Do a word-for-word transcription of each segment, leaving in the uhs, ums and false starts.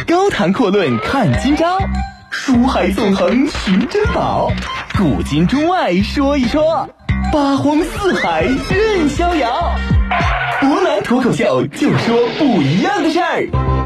高谈阔论看今朝，书海纵横寻珍宝，古今中外说一说，八荒四海任逍遥。博南脱口秀，就说不一样的事儿。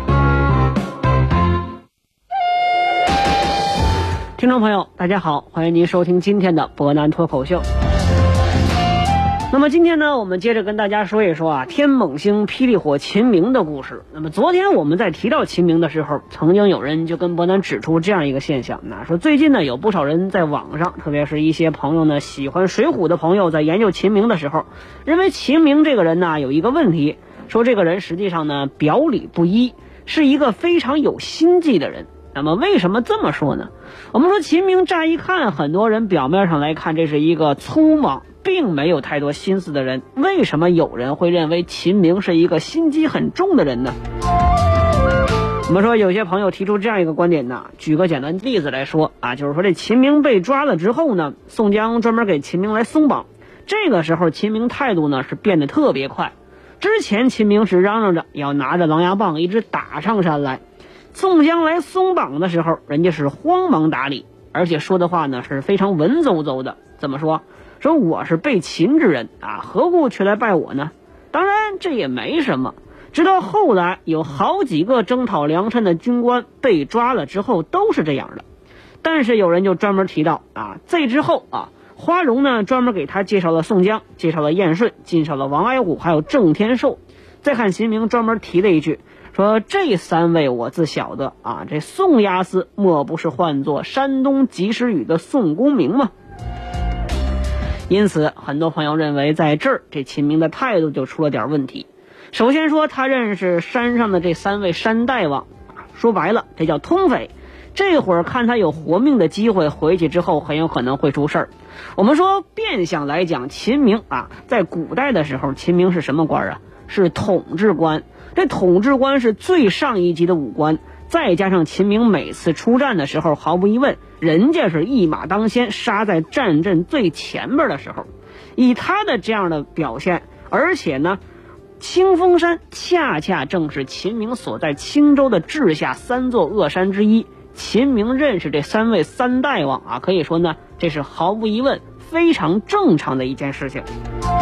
听众朋友大家好，欢迎您收听今天的博南脱口秀。那么今天呢，我们接着跟大家说一说啊，天猛星霹雳火秦明的故事。那么昨天我们在提到秦明的时候，曾经有人就跟博南指出这样一个现象，那说最近呢，有不少人在网上，特别是一些朋友呢喜欢水浒的朋友，在研究秦明的时候，认为秦明这个人呢有一个问题，说这个人实际上呢表里不一，是一个非常有心计的人。那么为什么这么说呢？我们说秦明乍一看，很多人表面上来看这是一个粗莽并没有太多心思的人，为什么有人会认为秦明是一个心机很重的人呢？我们说有些朋友提出这样一个观点呢，举个简单例子来说啊，就是说这秦明被抓了之后呢，宋江专门给秦明来松绑，这个时候秦明态度呢是变得特别快。之前秦明是嚷嚷着要拿着狼牙棒一直打上山来，宋江来松绑的时候，人家是慌忙打理，而且说的话呢是非常文绉绉的。怎么说？说我是被擒之人啊，何故却来拜我呢？当然这也没什么，直到后来有好几个征讨梁山的军官被抓了之后都是这样的。但是有人就专门提到啊，这之后啊，花荣呢专门给他介绍了宋江，介绍了燕顺，介绍了王矮虎，还有郑天寿。再看秦明专门提了一句，说这三位我自晓得啊，这宋押司莫不是唤作山东及时雨的宋公明吗？因此很多朋友认为在这儿这秦明的态度就出了点问题。首先说他认识山上的这三位山大王，说白了这叫通匪，这会儿看他有活命的机会，回去之后很有可能会出事儿。我们说变相来讲，秦明啊，在古代的时候秦明是什么官啊？是统治官。这统治官是最上一级的武官，再加上秦明每次出战的时候，毫无疑问人家是一马当先，杀在战阵最前边的时候。以他的这样的表现，而且呢清风山恰恰正是秦明所在青州的治下三座恶山之一，秦明认识这三位三大王啊，可以说呢这是毫无疑问非常正常的一件事情。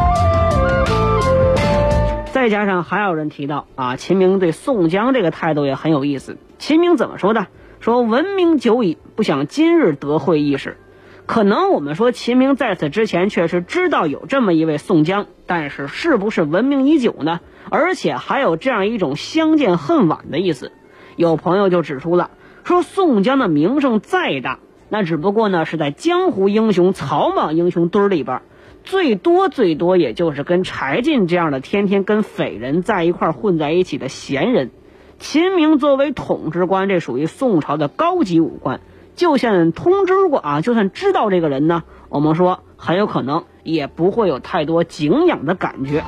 再加上还有人提到啊，秦明对宋江这个态度也很有意思。秦明怎么说的？说闻名久矣，不想今日得会一时。可能我们说秦明在此之前确实知道有这么一位宋江，但是是不是闻名已久呢？而且还有这样一种相见恨晚的意思。有朋友就指出了，说宋江的名声再大，那只不过呢是在江湖英雄草莽英雄堆里边，最多最多也就是跟柴进这样的天天跟匪人在一块混在一起的闲人。秦明作为统治官，这属于宋朝的高级武官，就算通知过啊，就算知道这个人呢，我们说很有可能也不会有太多敬仰的感觉。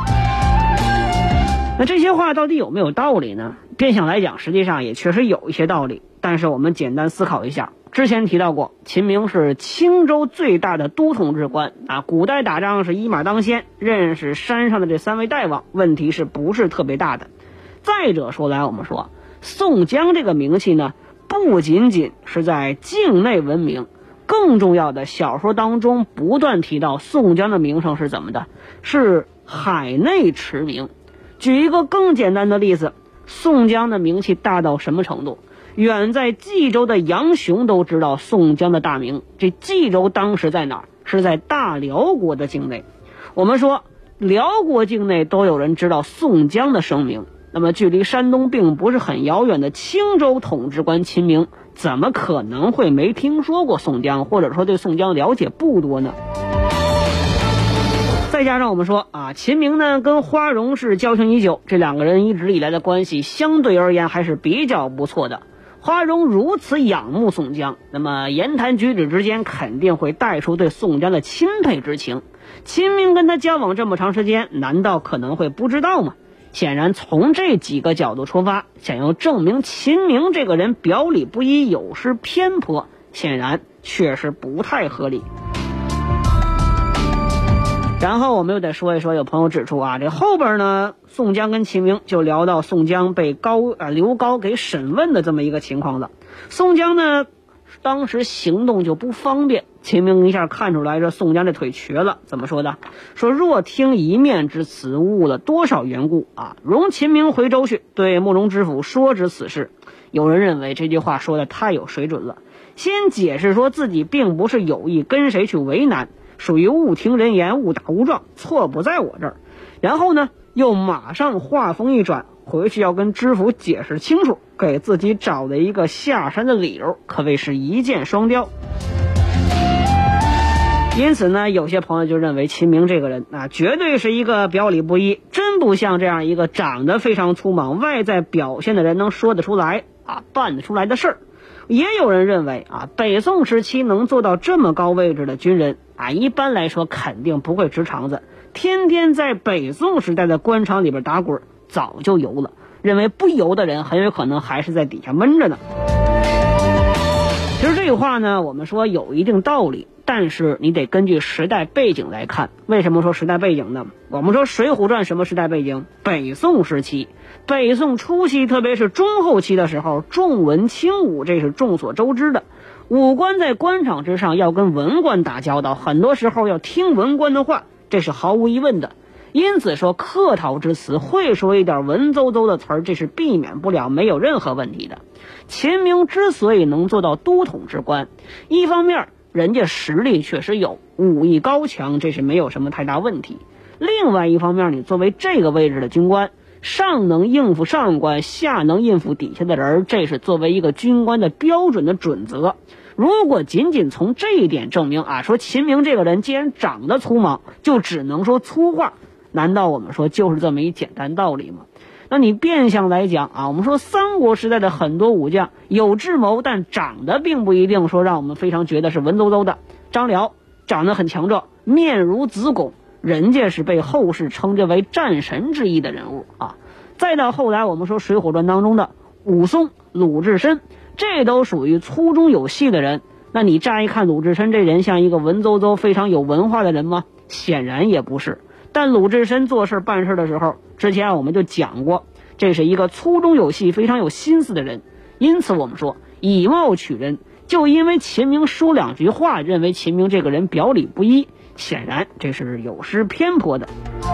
那这些话到底有没有道理呢？变相来讲实际上也确实有一些道理，但是我们简单思考一下。之前提到过，秦明是青州最大的都统治官啊，古代打仗是一马当先，认识山上的这三位大王，问题是不是特别大的。再者说来，我们说宋江这个名气呢，不仅仅是在境内闻名，更重要的，小说当中不断提到宋江的名声是怎么的，是海内驰名。举一个更简单的例子，宋江的名气大到什么程度？远在冀州的杨雄都知道宋江的大名。这冀州当时在哪儿？是在大辽国的境内。我们说辽国境内都有人知道宋江的声名，那么距离山东并不是很遥远的青州统治官秦明，怎么可能会没听说过宋江，或者说对宋江了解不多呢？再加上我们说啊，秦明呢跟花荣是交情已久，这两个人一直以来的关系相对而言还是比较不错的。花荣如此仰慕宋江，那么言谈举止之间肯定会带出对宋江的钦佩之情。秦明跟他交往这么长时间，难道可能会不知道吗？显然从这几个角度出发，想要证明秦明这个人表里不一，有失偏颇，显然确实不太合理。 然后我们又得说一说，有朋友指出啊，这后边呢，宋江跟秦明就聊到宋江被高啊刘高给审问的这么一个情况了。宋江呢，当时行动就不方便，秦明一下看出来这宋江这腿瘸了，怎么说的？说若听一面之词，误了多少缘故啊！容秦明回州去，对慕容知府说知此事。有人认为这句话说的太有水准了，先解释说自己并不是有意跟谁去为难，属于误听人言，误打误撞，错不在我这儿。然后呢，又马上话锋一转，回去要跟知府解释清楚，给自己找了一个下山的理由，可谓是一箭双雕。因此呢，有些朋友就认为秦明这个人啊，绝对是一个表里不一，真不像这样一个长得非常粗莽、外在表现的人能说得出来啊，办得出来的事儿。也有人认为啊，北宋时期能做到这么高位置的军人啊，一般来说肯定不会直肠子，天天在北宋时代的官场里边打滚，早就油了。认为不油的人很有可能还是在底下闷着呢。其实这个话呢，我们说有一定道理，但是你得根据时代背景来看。为什么说时代背景呢？我们说《水浒传》什么时代背景？北宋时期。北宋初期，特别是中后期的时候，重文轻武，这是众所周知的。武官在官场之上要跟文官打交道，很多时候要听文官的话，这是毫无疑问的。因此说客套之词，会说一点文绉绉的词儿，这是避免不了，没有任何问题的。秦明之所以能做到都统之官，一方面人家实力确实有，武艺高强，这是没有什么太大问题。另外一方面，你作为这个位置的军官，上能应付上官，下能应付底下的人，这是作为一个军官的标准的准则。如果仅仅从这一点证明啊，说秦明这个人既然长得粗莽，就只能说粗话，难道我们说就是这么一简单道理吗？那你变相来讲啊，我们说三国时代的很多武将有智谋，但长得并不一定说让我们非常觉得是文绉绉的。张辽长得很强壮，面如子拱，人家是被后世称之为战神之一的人物啊。再到后来我们说《水浒传》当中的武松、鲁智深，这都属于粗中有细的人。那你乍一看鲁智深这人像一个文绉绉非常有文化的人吗？显然也不是。但鲁智深做事办事的时候，之前我们就讲过，这是一个粗中有细非常有心思的人。因此我们说以貌取人，就因为秦明说两句话认为秦明这个人表里不一，显然这是有失偏颇的。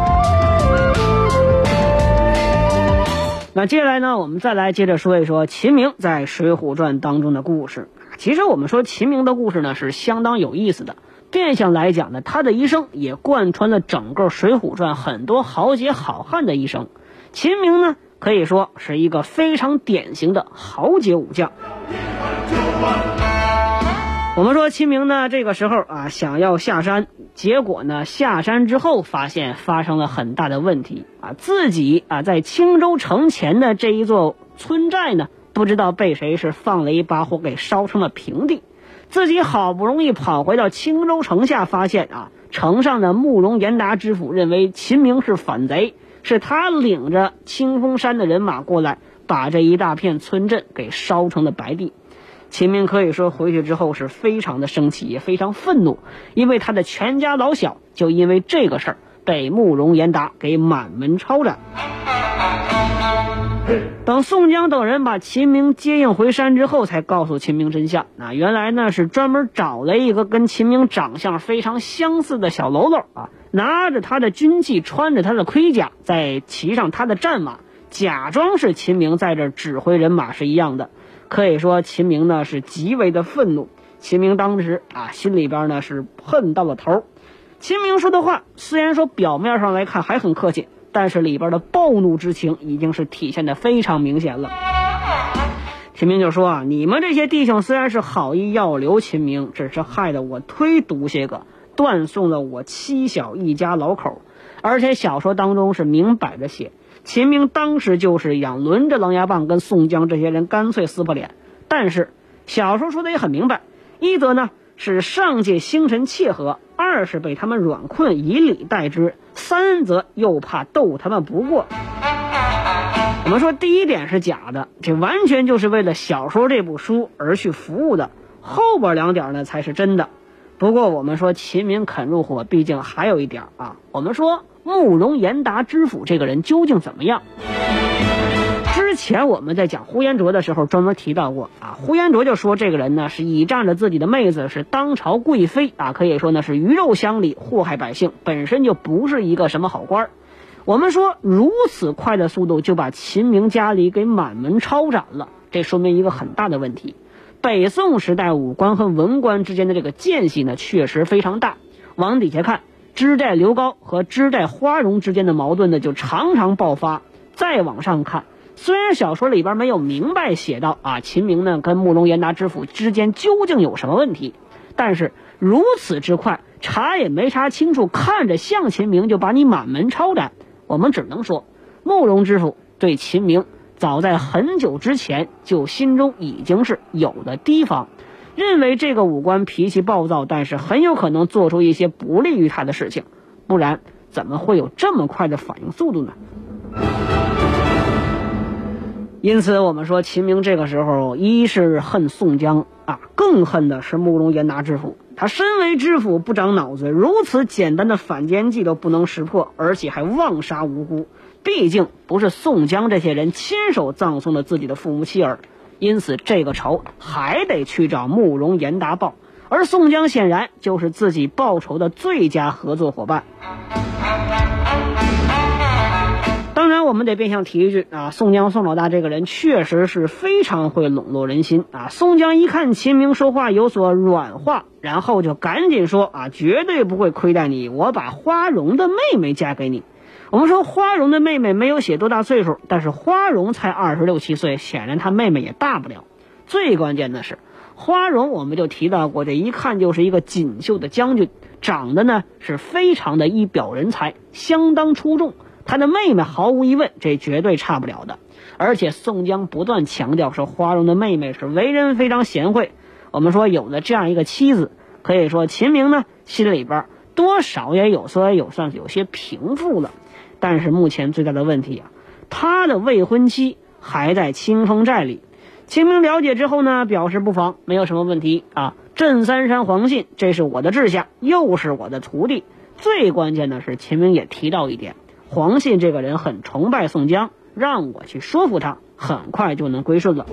那接下来呢，我们再来接着说一说秦明在《水浒传》当中的故事。其实我们说秦明的故事呢是相当有意思的，变相来讲呢，他的一生也贯穿了整个《水浒传》很多豪杰好汉的一生。秦明呢可以说是一个非常典型的豪杰武将。我们说秦明呢这个时候啊想要下山，结果呢下山之后发现发生了很大的问题啊，自己啊在青州城前的这一座村寨呢，不知道被谁是放了一把火给烧成了平地。自己好不容易跑回到青州城下，发现啊城上的慕容延达知府认为秦明是反贼，是他领着清风山的人马过来，把这一大片村镇给烧成了白地。秦明可以说回去之后是非常的生气，也非常愤怒，因为他的全家老小就因为这个事儿被慕容延达给满门抄斩。等宋江等人把秦明接应回山之后，才告诉秦明真相。那原来呢是专门找了一个跟秦明长相非常相似的小喽啰啊，拿着他的军器，穿着他的盔甲，再骑上他的战马，假装是秦明在这指挥人马是一样的。可以说秦明呢是极为的愤怒，秦明当时啊心里边呢是恨到了头。秦明说的话虽然说表面上来看还很客气，但是里边的暴怒之情已经是体现的非常明显了。秦明就说啊，你们这些弟兄虽然是好意要留秦明，只是害得我忒毒些个，断送了我妻小一家老口。而且小说当中是明摆着写，秦明当时就是想轮着狼牙棒跟宋江这些人干脆撕破脸。但是小说说的也很明白，一则呢是上界星辰契合，二是被他们软困以礼待之，三则又怕斗他们不过。我们说第一点是假的，这完全就是为了小说这部书而去服务的，后边两点呢才是真的。 不过我们说秦明肯入伙，毕竟还有一点啊，我们说慕容延达知府这个人究竟怎么样？之前我们在讲呼延灼的时候专门提到过啊，呼延灼就说这个人呢是倚仗着自己的妹子是当朝贵妃啊，可以说呢是鱼肉乡里，祸害百姓，本身就不是一个什么好官。我们说如此快的速度就把秦明家里给满门抄斩了，这说明一个很大的问题。北宋时代武官和文官之间的这个间隙呢确实非常大，往底下看，知代刘高和知代花荣之间的矛盾呢就常常爆发。再往上看，虽然小说里边没有明白写到啊秦明呢跟慕容延达知府之间究竟有什么问题，但是如此之快，查也没查清楚，看着像秦明就把你满门抄斩，我们只能说慕容知府对秦明早在很久之前就心中已经是有的提防，认为这个武官脾气暴躁，但是很有可能做出一些不利于他的事情，不然怎么会有这么快的反应速度呢？因此我们说秦明这个时候一是恨宋江啊，更恨的是慕容延达知府。他身为知府不长脑子，如此简单的反间计都不能识破，而且还妄杀无辜。毕竟不是宋江这些人亲手葬送了自己的父母妻儿，因此这个仇还得去找慕容延达报，而宋江显然就是自己报仇的最佳合作伙伴。当然我们得变相提一句啊，宋江宋老大这个人确实是非常会笼络人心啊。宋江一看秦明说话有所软化，然后就赶紧说啊，绝对不会亏待你，我把花荣的妹妹嫁给你。我们说花荣的妹妹没有写多大岁数，但是花荣才二十六七岁，显然她妹妹也大不了。最关键的是花荣我们就提到过，这一看就是一个锦绣的将军，长得呢是非常的一表人才，相当出众。他的妹妹毫无疑问这绝对差不了的，而且宋江不断强调说花荣的妹妹是为人非常贤惠。我们说有了这样一个妻子，可以说秦明呢心里边多少也有所以有算是有些平复了。但是目前最大的问题啊，他的未婚妻还在清风寨里。秦明了解之后呢，表示不妨，没有什么问题啊。镇三山黄信，这是我的治下，又是我的徒弟。最关键的是，秦明也提到一点，黄信这个人很崇拜宋江，让我去说服他，很快就能归顺了。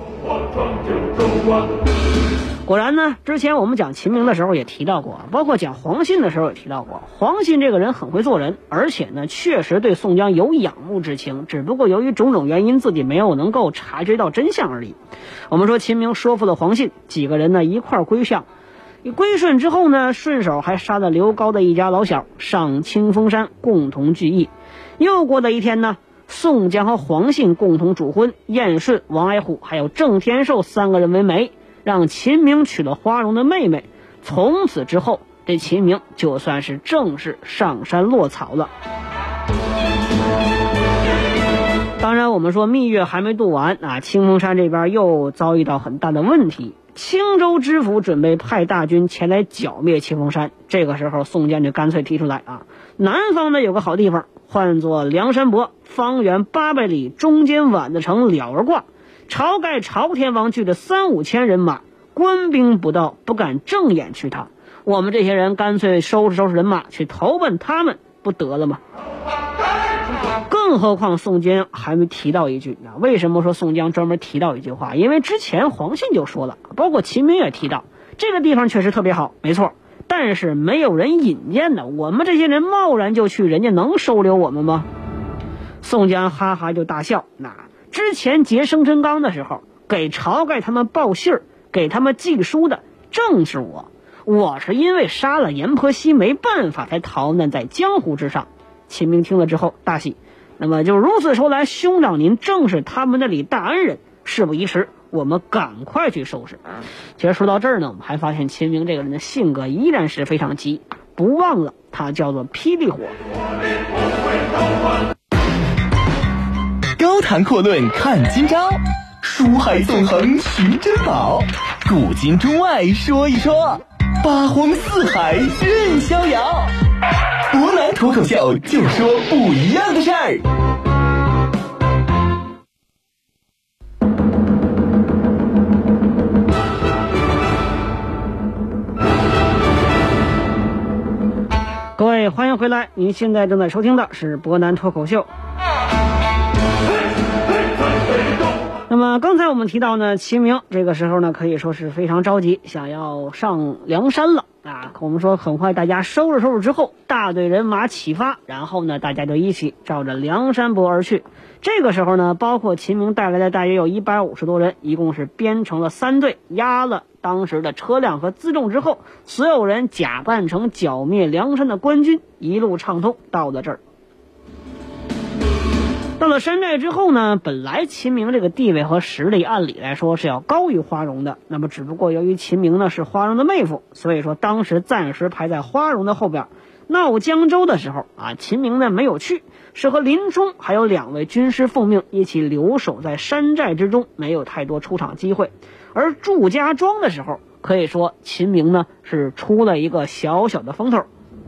果然呢，之前我们讲秦明的时候也提到过，包括讲黄信的时候也提到过，黄信这个人很会做人，而且呢确实对宋江有仰慕之情，只不过由于种种原因自己没有能够察觉到真相而已。我们说秦明说服了黄信，几个人呢一块归向，归顺之后呢，顺手还杀了刘高的一家老小，上清风山共同聚义。又过了一天呢，宋江和黄信共同主婚，燕顺、王矮虎还有郑天寿三个人为媒，让秦明娶了花荣的妹妹。从此之后，这秦明就算是正式上山落草了。当然我们说蜜月还没度完啊，清风山这边又遭遇到很大的问题。青州知府准备派大军前来剿灭清风山，这个时候宋江就干脆提出来啊，南方呢有个好地方，唤作梁山泊，方圆八百里，中间宛子城了而挂，晁盖晁天王聚了三五千人马，官兵不到，不敢正眼去他，我们这些人干脆收拾收拾人马去投奔他们，不得了吗？更何况宋江还没提到一句啊，为什么说宋江专门提到一句话？因为之前黄信就说了，包括秦明也提到，这个地方确实特别好，没错，但是没有人引荐的，我们这些人贸然就去，人家能收留我们吗？宋江哈哈就大笑，那之前劫生辰纲的时候，给晁盖他们报信儿，给他们寄书的正是我，我是因为杀了阎婆惜没办法才逃难在江湖之上。秦明听了之后大喜，那么就如此说来，兄长您正是他们那里大恩人，事不宜迟，我们赶快去收拾。其实说到这儿呢，我们还发现秦明这个人的性格依然是非常急，不忘了他叫做霹雳火。 高谈阔论看今朝，书海纵横寻珍宝，古今中外说一说，八荒四海任逍遥。博南脱口秀，就说不一样的事儿。 位，欢迎回来，您现在正在收听的是博南脱口秀。那么刚才我们提到呢，齐明这个时候呢可以说是非常着急，想要上梁山了啊。我们说很快大家收拾收拾之后，大队人马启发，然后呢大家就一起照着梁山泊而去。这个时候呢，包括秦明带来的大约有一百五十多人，一共是编成了三队，压了当时的车辆和辎重之后，所有人假扮成剿灭梁山的官军，一路畅通到了这儿。到了山寨之后呢，本来秦明这个地位和实力按理来说是要高于花荣的，那么只不过由于秦明呢是花荣的妹夫，所以说当时暂时排在花荣的后边。闹江州的时候啊，秦明呢没有去，是和林冲还有两位军师奉命一起留守在山寨之中，没有太多出场机会。而祝家庄的时候，可以说秦明呢是出了一个小小的风头。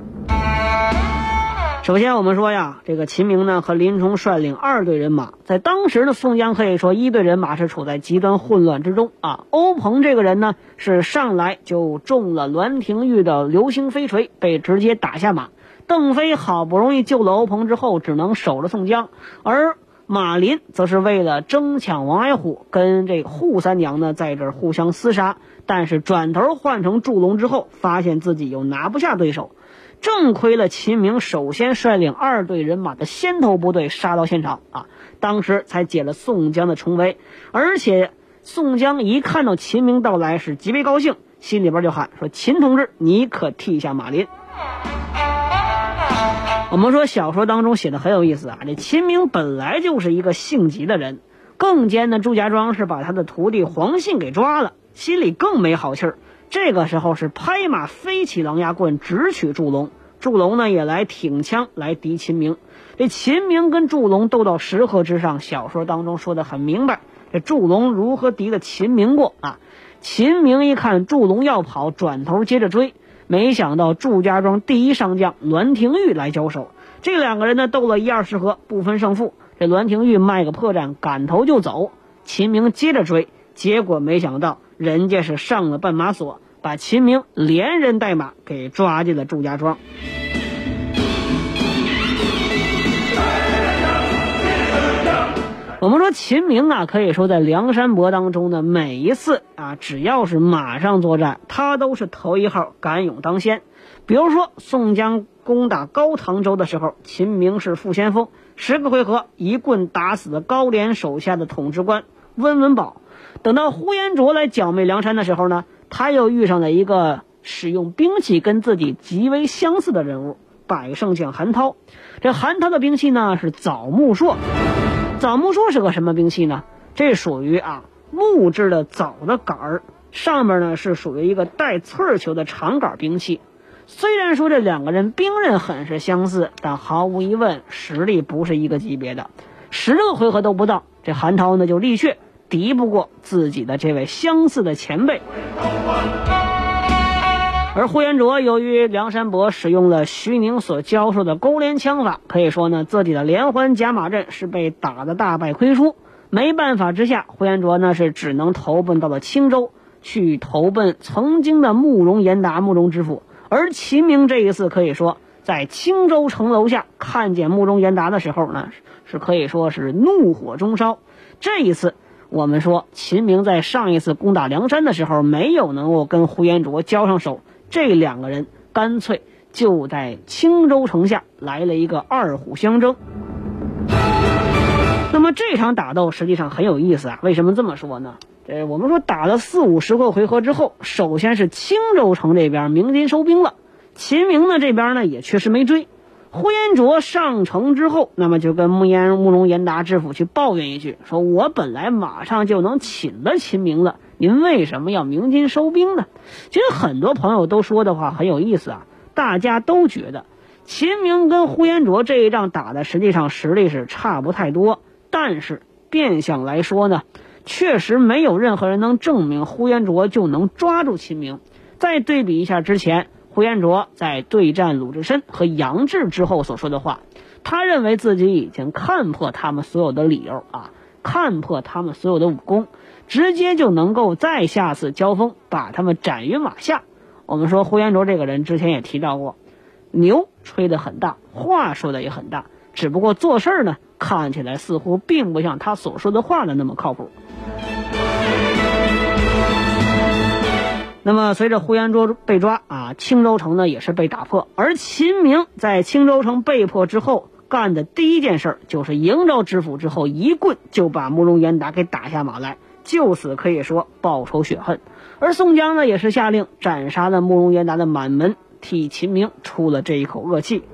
首先我们说呀，这个秦明呢和林冲率领二队人马，在当时的宋江可以说一队人马是处在极端混乱之中啊。欧鹏这个人呢是上来就中了栾廷玉的流星飞锤，被直接打下马。邓飞好不容易救了欧鹏之后，只能守着宋江，而马林则是为了争抢王矮虎，跟这个扈三娘呢在这儿互相厮杀，但是转头换成祝龙之后，发现自己又拿不下对手。正亏了秦明首先率领二队人马的先头部队杀到现场啊，当时才解了宋江的重围。而且宋江一看到秦明到来是极为高兴，心里边就喊说：“秦同志，你可替下马林。”我们说小说当中写的很有意思啊，这秦明本来就是一个性急的人，更兼呢祝家庄是把他的徒弟黄信给抓了，心里更没好气儿。这个时候是拍马飞起狼牙棍直取祝龙，祝龙呢也来挺枪来敌秦明。这秦明跟祝龙斗到石河之上，小说当中说的很明白，这祝龙如何敌的秦明过啊？秦明一看祝龙要跑，转头接着追，没想到祝家庄第一上将栾廷玉来交手，这两个人呢斗了一二十合，不分胜负。这栾廷玉卖个破绽，赶头就走，秦明接着追，结果没想到人家是上了绊马索，把秦明连人带马给抓进了祝家庄。我们说秦明啊，可以说在梁山泊当中呢，每一次啊，只要是马上作战，他都是头一号，敢勇当先。比如说宋江攻打高唐州的时候，秦明是副先锋，十个回合一棍打死了高廉手下的统治官温文宝。等到呼延灼来剿灭梁山的时候呢，他又遇上了一个使用兵器跟自己极为相似的人物，百胜将韩涛。这韩涛的兵器呢是枣木槊。枣木槊是个什么兵器呢？这属于啊木质的枣的杆儿，上面呢是属于一个带刺球的长杆兵器。虽然说这两个人兵刃很是相似，但毫无疑问实力不是一个级别的。十个回合都不到，这韩涛呢就力却，敌不过自己的这位相似的前辈。而呼延灼由于梁山泊使用了徐宁所教授的勾连枪法，可以说呢自己的连环甲马阵是被打得大败亏输。没办法之下，呼延灼呢是只能投奔到了青州，去投奔曾经的慕容延达慕容知府。而秦明这一次可以说在青州城楼下看见慕容延达的时候呢，是可以说是怒火中烧。这一次我们说秦明在上一次攻打梁山的时候没有能够跟呼延灼交上手，这两个人干脆就在青州城下来了一个二虎相争。那么这场打斗实际上很有意思啊，为什么这么说呢？这我们说打了四五十个回合之后，首先是青州城这边鸣金收兵了，秦明呢这边呢也确实没追。呼延灼上城之后，那么就跟慕延慕容延达知府去抱怨一句，说我本来马上就能擒了秦明了，您为什么要鸣金收兵呢？其实很多朋友都说的话很有意思啊，大家都觉得秦明跟呼延灼这一仗打的实际上实力是差不太多，但是变相来说呢，确实没有任何人能证明呼延灼就能抓住秦明。再对比一下之前呼延灼在对战鲁智深和杨志之后所说的话，他认为自己已经看破他们所有的理由啊，看破他们所有的武功，直接就能够再下次交锋把他们斩于马下。我们说呼延灼这个人之前也提到过， 牛吹得很大，话说的也很大，只不过做事呢看起来似乎并不像他所说的话的那么靠谱。那么随着呼延灼被抓啊，青州城呢也是被打破，而秦明在青州城被迫之后干的第一件事就是营州知府之后一棍就把慕容延达给打下马来，就此可以说报仇雪恨。而宋江呢也是下令斩杀了慕容延达的满门，替秦明出了这一口恶气。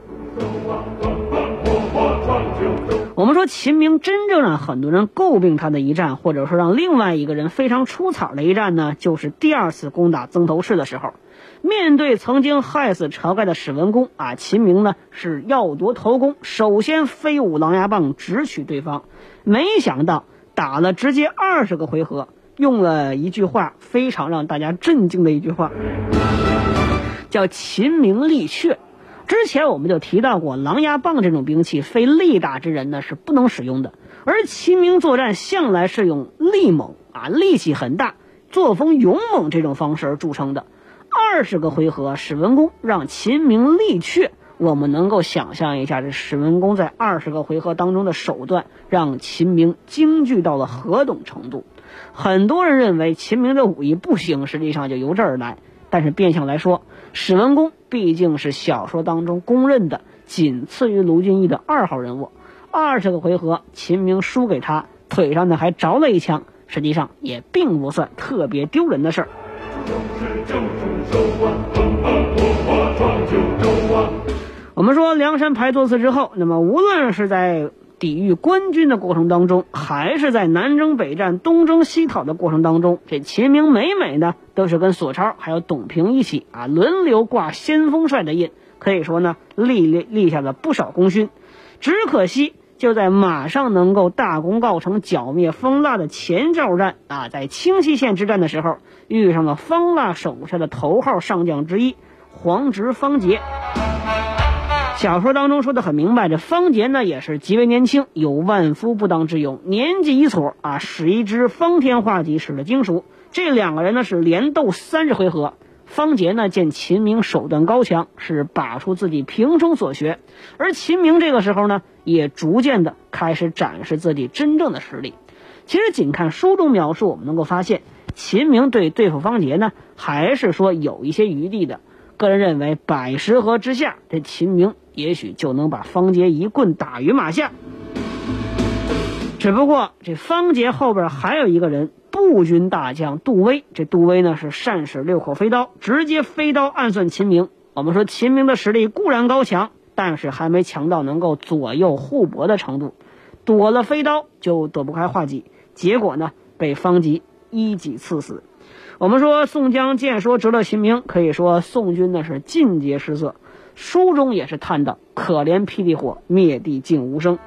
我们说秦明真正让很多人诟病他的一战，或者说让另外一个人非常出彩的一战呢，就是第二次攻打曾头市的时候，面对曾经害死晁盖的史文恭啊，秦明呢是要夺头功，首先飞舞狼牙棒直取对方，没想到打了直接二十个回合，用了一句话非常让大家震惊的一句话，叫秦明力却。之前我们就提到过，狼牙棒这种兵器非力大之人呢是不能使用的，而秦明作战向来是用力猛啊，力气很大，作风勇猛这种方式而著称的。二十个回合，史文恭让秦明力却，我们能够想象一下，这史文恭在二十个回合当中的手段，让秦明惊惧到了何等程度。很多人认为秦明的武艺不行，实际上就由这儿来。但是变相来说，史文恭毕竟是小说当中公认的仅次于卢俊义的二号人物。二十个回合，秦明输给他，腿上呢还着了一枪，实际上也并不算特别丢人的事儿。我们说梁山排座次之后，那么无论是在抵御官军的过程当中，还是在南征北战东征西讨的过程当中，这秦明每每呢都是跟索超还有董平一起啊轮流挂先锋帅的印，可以说呢立立下了不少功勋。只可惜就在马上能够大功告成剿灭方腊的前哨战啊，在清溪县之战的时候，遇上了方腊手下的头号上将之一黄直方杰。小说当中说的很明白，这方杰呢也是极为年轻，有万夫不当之勇，年纪一撮啊，使一支方天画戟使得精熟。这两个人呢是连斗三十回合，方杰呢见秦明手段高强，是拔出自己平生所学，而秦明这个时候呢也逐渐的开始展示自己真正的实力。其实仅看书中描述，我们能够发现秦明对对付方杰呢还是说有一些余地的。个人认为百十合之下，这秦明也许就能把方杰一棍打于马下。只不过这方杰后边还有一个人，步军大将杜威。这杜威呢是善使六口飞刀，直接飞刀暗算秦明。我们说秦明的实力固然高强，但是还没强到能够左右互搏的程度，躲了飞刀就躲不开画戟，结果呢被方吉一戟刺死。我们说宋江见说折了秦明，可以说宋军呢是尽皆失色。书中也是叹道：可怜霹雳火，灭地竟无声。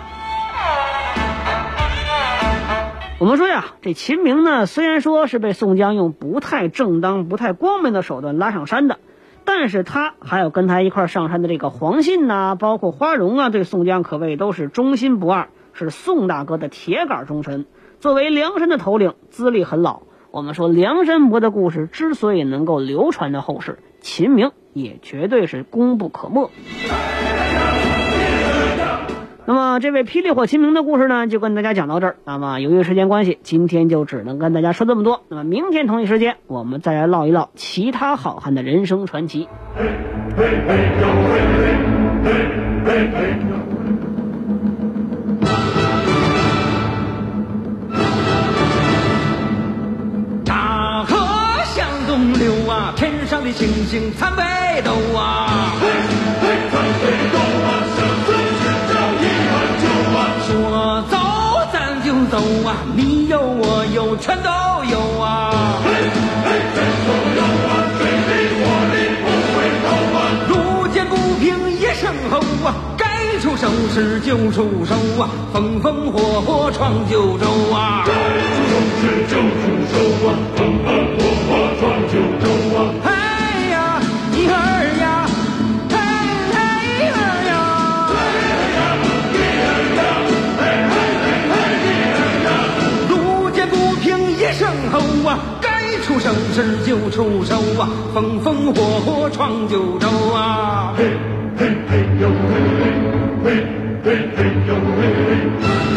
我们说呀，这秦明呢虽然说是被宋江用不太正当不太光明的手段拉上山的，但是他还有跟他一块上山的这个黄信呐、包括花荣啊，对宋江可谓都是忠心不二，是宋大哥的铁杆忠臣。作为梁山的头领，资历很老。我们说梁山伯的故事之所以能够流传到后世，秦明也绝对是功不可没。那么这位霹雳火秦明的故事呢，就跟大家讲到这儿。那么由于时间关系，今天就只能跟大家说这么多。那么明天同一时间，我们再来唠一唠其他好汉的人生传奇。 大河向东流啊，天上的星星参北斗啊，说走咱就走啊，你有我有全都有啊，路见不平一声吼啊，该出手时就出手啊，风风火火闯九州啊，该出手时就出手啊，风风火火闯九州啊，哎呀一儿呀，嘿嘿儿呀，嘿呀一儿呀，嘿嘿嘿嘿一儿呀，路见不平一声吼啊，该出盛世就出手啊，风风火火闯九州啊！嘿嘿嘿呦嘿，嘿嘿嘿呦嘿。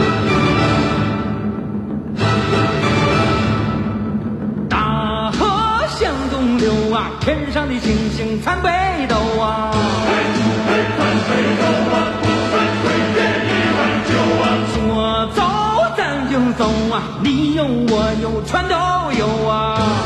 大河向东流啊，天上的星星参北斗啊！嘿嘿参北斗啊，不分贵贱一碗酒啊！说走咱就走啊，你有我有全都有啊！